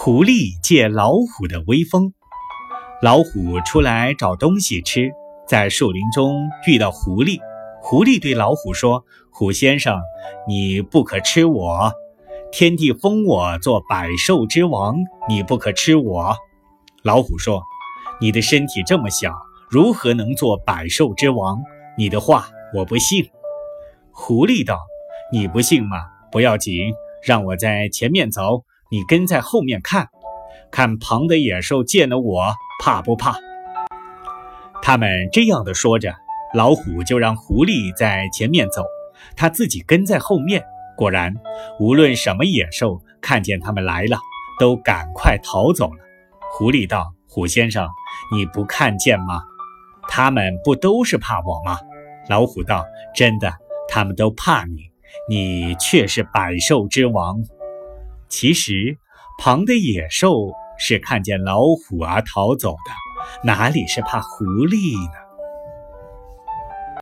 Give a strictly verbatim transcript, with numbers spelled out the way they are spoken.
狐狸借老虎的威风。老虎出来找东西吃，在树林中遇到狐狸。狐狸对老虎说：虎先生，你不可吃我，天帝封我做百兽之王，你不可吃我。老虎说：你的身体这么小，如何能做百兽之王？你的话我不信。狐狸道：你不信吗？不要紧，让我在前面走，你跟在后面看，看旁的野兽见了我怕不怕。他们这样的说着，老虎就让狐狸在前面走，他自己跟在后面。果然，无论什么野兽看见他们来了，都赶快逃走了。狐狸道：虎先生，你不看见吗？他们不都是怕我吗？老虎道：真的，他们都怕你，你却是百兽之王。其实旁的野兽是看见老虎而逃走的，哪里是怕狐狸呢？